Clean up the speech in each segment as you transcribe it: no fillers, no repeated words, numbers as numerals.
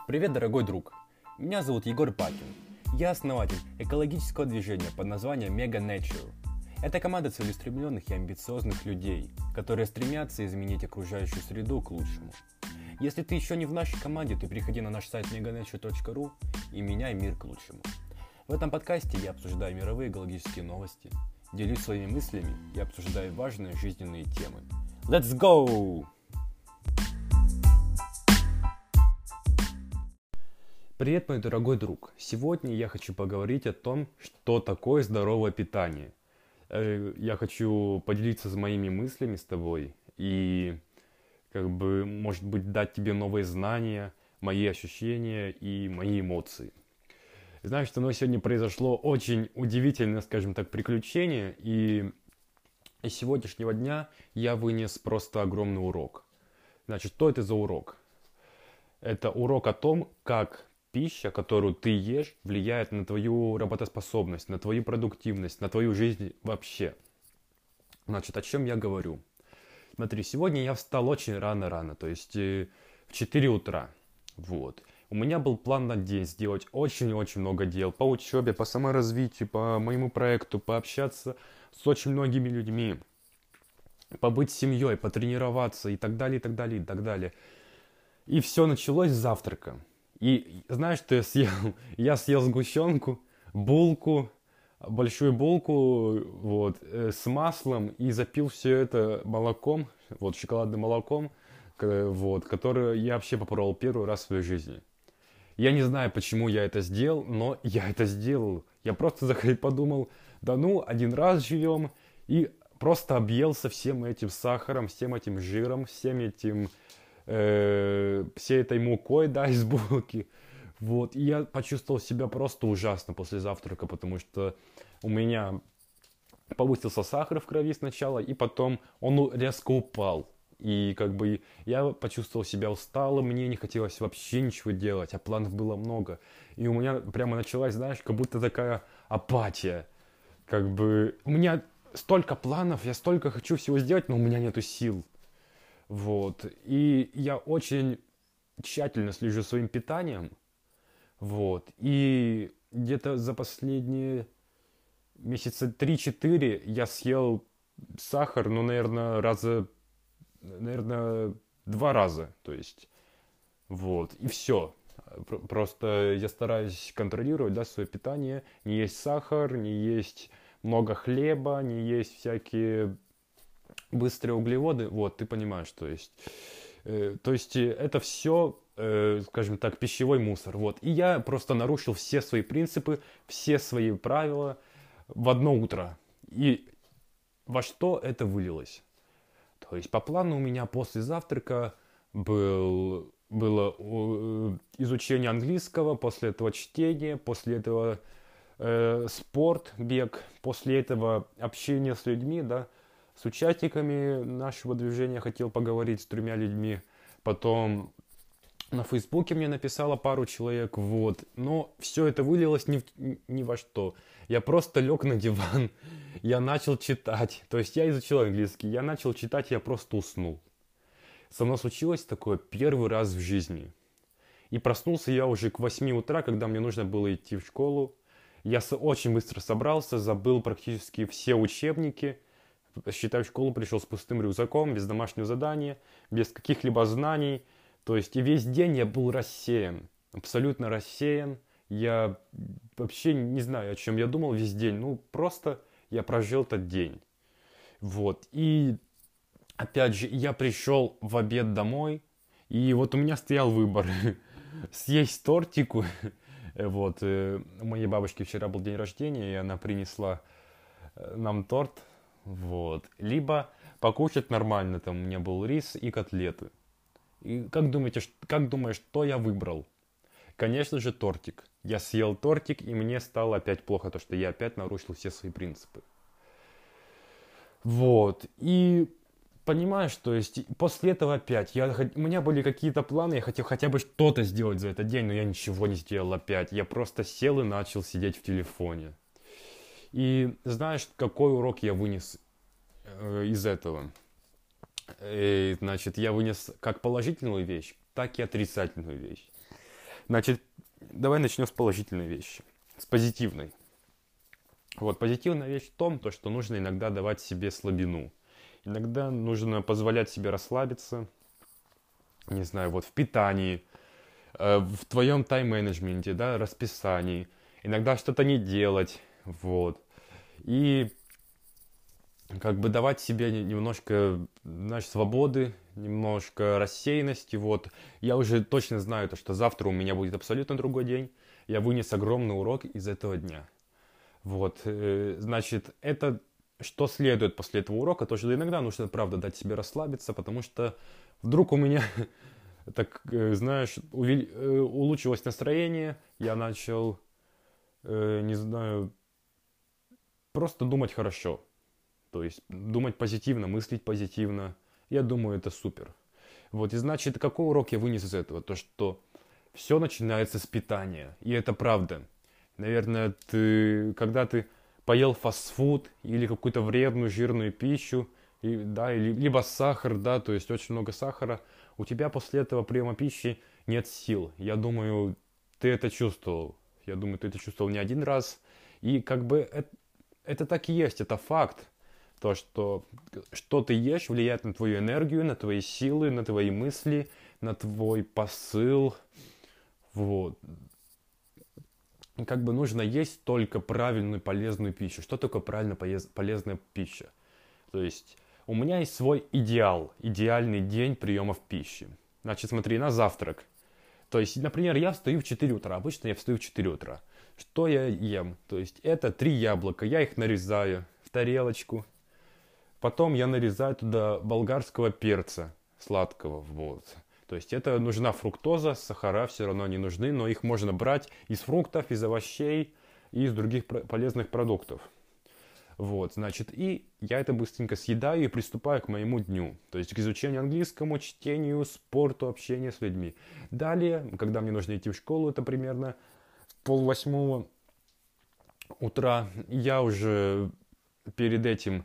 Привет, дорогой друг! Меня зовут Егор Пакин. Я основатель экологического движения под названием Mega Nature. Это команда целеустремленных и амбициозных людей, которые стремятся изменить окружающую среду к лучшему. Если ты еще не в нашей команде, то переходи на наш сайт meganature.ru и меняй мир к лучшему. В этом подкасте я обсуждаю мировые экологические новости, делюсь своими мыслями и обсуждаю важные жизненные темы. Let's go! Привет, мой дорогой друг! Сегодня я хочу поговорить о том, что такое здоровое питание. Я хочу поделиться моими мыслями с тобой и, может быть, дать тебе новые знания, мои ощущения и мои эмоции. Знаешь, что сегодня произошло очень удивительное, скажем так, приключение, и из сегодняшнего дня я вынес просто огромный урок. Значит, что это за урок? Это урок о том, как пища, которую ты ешь, влияет на твою работоспособность, на твою продуктивность, на твою жизнь вообще. Значит, о чем я говорю? Смотри, сегодня я встал очень рано, то есть в 4 утра. Вот. У меня был план на день сделать очень-очень много дел по учебе, по саморазвитию, по моему проекту, пообщаться с очень многими людьми, побыть с семьей, потренироваться и так далее, и так далее, и так далее. И все началось с завтрака. И знаешь, что я съел? Я съел сгущенку, булку, большую булку с маслом и запил все это молоком, шоколадным молоком, которое я вообще попробовал первый раз в своей жизни. Я не знаю, почему я это сделал, но я это сделал. Я просто подумал, один раз живем, и просто объелся всем этим сахаром, всем этим жиром, всем этим... всей этой мукой, из булки. И я почувствовал себя просто ужасно после завтрака, потому что у меня повысился сахар в крови сначала, и потом он резко упал. И я почувствовал себя усталым, мне не хотелось вообще ничего делать, а планов было много. И у меня прямо началась, как будто такая апатия. У меня столько планов, я столько хочу всего сделать, но у меня нету сил. И я очень тщательно слежу за своим питанием. И где-то за последние месяца 3-4 я съел сахар, наверное, 2 раза. То есть, и все. Просто я стараюсь контролировать, свое питание. Не есть сахар, не есть много хлеба, не есть всякие... быстрые углеводы, ты понимаешь, то есть это все, скажем так, пищевой мусор, и я просто нарушил все свои принципы, все свои правила в одно утро, и во что это вылилось? То есть по плану у меня после завтрака было изучение английского, после этого чтение, после этого спорт, бег, после этого общение с людьми, с участниками нашего движения хотел поговорить с 3 людьми. Потом на Фейсбуке мне написало пару человек. Но все это вылилось ни во что. Я просто лег на диван. Я начал читать. То есть я изучил английский. Я начал читать, я просто уснул. Со мной случилось такое первый раз в жизни. И проснулся я уже к 8 утра, когда мне нужно было идти в школу. Я очень быстро собрался, забыл практически все учебники. Считай, в школу пришел с пустым рюкзаком, без домашнего задания, без каких-либо знаний. То есть и весь день я был рассеян, абсолютно рассеян. Я вообще не знаю, о чем я думал весь день. Просто я прожил этот день. И опять же, я пришел в обед домой, и у меня стоял выбор. Съесть тортику. У моей бабушки вчера был день рождения, и она принесла нам торт. Либо покушать нормально, там у меня был рис и котлеты. И как думаешь, что я выбрал? Конечно же, тортик. Я съел тортик, и мне стало опять плохо, то что я опять нарушил все свои принципы. И понимаешь, то есть после этого опять, у меня были какие-то планы, я хотел хотя бы что-то сделать за этот день, но я ничего не сделал опять. Я просто сел и начал сидеть в телефоне. И знаешь, какой урок я вынес из этого? Значит, я вынес как положительную вещь, так и отрицательную вещь. Значит, давай начнем с положительной вещи, с позитивной. Вот, позитивная вещь в том, то, что нужно иногда давать себе слабину. Иногда нужно позволять себе расслабиться, не знаю, вот в питании, в твоем тайм-менеджменте, да, расписании. Иногда что-то не делать, вот. И как бы давать себе немножко, знаешь, свободы, немножко рассеянности, вот. Я уже точно знаю, то, что завтра у меня будет абсолютно другой день. Я вынес огромный урок из этого дня. Вот, значит, это что следует после этого урока, то, что иногда нужно, правда, дать себе расслабиться, потому что вдруг у меня, так, знаешь, улучшилось настроение, я начал, не знаю, просто думать хорошо. То есть думать позитивно, мыслить позитивно. Я думаю, это супер. Вот, и значит, какой урок я вынес из этого? То, что все начинается с питания. И это правда. Наверное, когда ты поел фастфуд или какую-то вредную жирную пищу, да, либо сахар, да, то есть очень много сахара, у тебя после этого приема пищи нет сил. Я думаю, ты это чувствовал. Я думаю, ты это чувствовал не один раз. И как бы это так и есть, это факт. То, что ты ешь, влияет на твою энергию, на твои силы, на твои мысли, на твой посыл. Вот. Как бы нужно есть только правильную полезную пищу. Что такое правильно полезная пища? То есть у меня есть свой идеал, идеальный день приемов пищи. Значит, смотри, на завтрак. То есть, например, я встаю в 4 утра. Обычно я встаю в 4 утра. Что я ем? То есть это 3 яблока. Я их нарезаю в тарелочку. Потом я нарезаю туда болгарского перца сладкого. Вот. То есть это нужна фруктоза, сахара все равно не нужны, но их можно брать из фруктов, из овощей и из других полезных продуктов. Вот, значит, и я это быстренько съедаю и приступаю к моему дню. То есть к изучению английскому, чтению, спорту, общению с людьми. Далее, когда мне нужно идти в школу, это примерно в 7:30 утра, я уже перед этим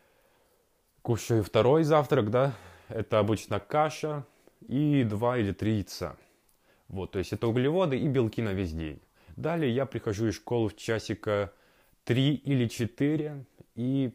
кушаю второй завтрак, да, это обычно каша и 2 или 3 яйца. Вот, то есть это углеводы и белки на весь день. Далее я прихожу из школы в часика 3 или 4 и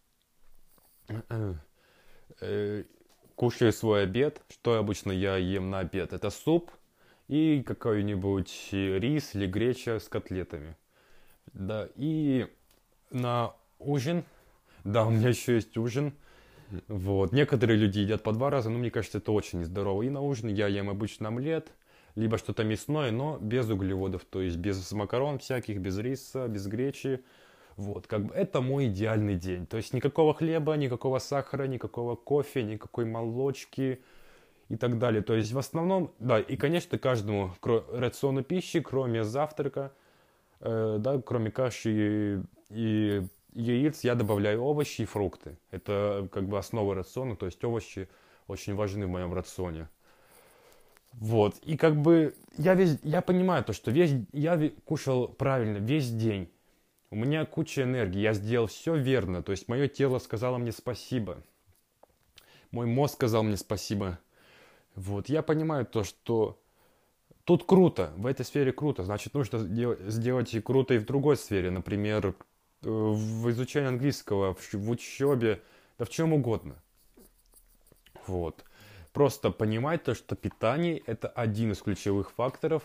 кушаю свой обед. Что обычно я ем на обед? Это суп и какой-нибудь рис или греча с котлетами. Да, и на ужин, да, у меня еще есть ужин. Вот. Некоторые люди едят по 2 раза, но мне кажется, это очень нездорово. И на ужин я ем обычно омлет, либо что-то мясное, но без углеводов, то есть без макарон всяких, без риса, без гречи. Вот, как бы это мой идеальный день. То есть никакого хлеба, никакого сахара, никакого кофе, никакой молочки и так далее. То есть в основном, да, и, конечно, каждому рациону пищи, кроме завтрака, да, кроме каши и яиц, я добавляю овощи и фрукты. Это как бы основа рациона, то есть овощи очень важны в моем рационе. Вот, и как бы я понимаю то, что я кушал правильно весь день. У меня куча энергии, я сделал все верно, то есть мое тело сказало мне спасибо. Мой мозг сказал мне спасибо. Вот, я понимаю то, что тут круто, в этой сфере круто, значит, нужно сделать и круто и в другой сфере, например, в изучении английского, в учебе, да в чем угодно. Вот. Просто понимать то, что питание – это один из ключевых факторов,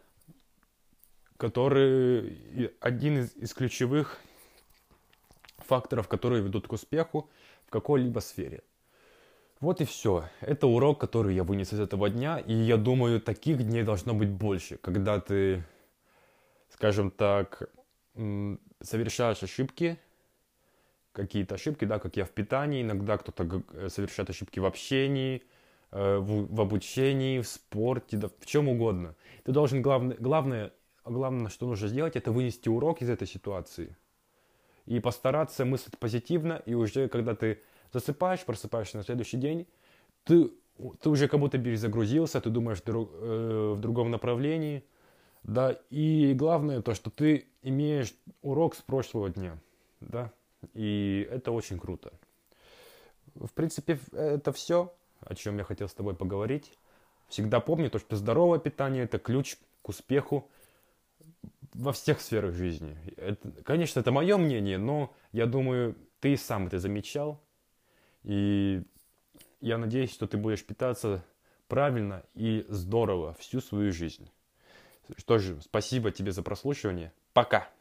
которые ведут к успеху в какой-либо сфере. Вот и все. Это урок, который я вынес из этого дня, и я думаю, таких дней должно быть больше, когда ты, скажем так, совершаешь ошибки, какие-то ошибки, да, как я в питании, иногда кто-то совершает ошибки в общении, в обучении, в спорте, да, в чем угодно. Ты должен, главное, что нужно сделать, это вынести урок из этой ситуации и постараться мыслить позитивно, и уже когда ты засыпаешь, просыпаешься на следующий день, ты уже как будто перезагрузился, ты думаешь в другом направлении, да, и главное то, что ты имеешь урок с прошлого дня, да, и это очень круто. В принципе, это все, о чем я хотел с тобой поговорить. Всегда помни то, что здоровое питание – это ключ к успеху во всех сферах жизни. Конечно, это мое мнение, но я думаю, ты сам это замечал. И я надеюсь, что ты будешь питаться правильно и здорово всю свою жизнь. Что же, спасибо тебе за прослушивание. Пока!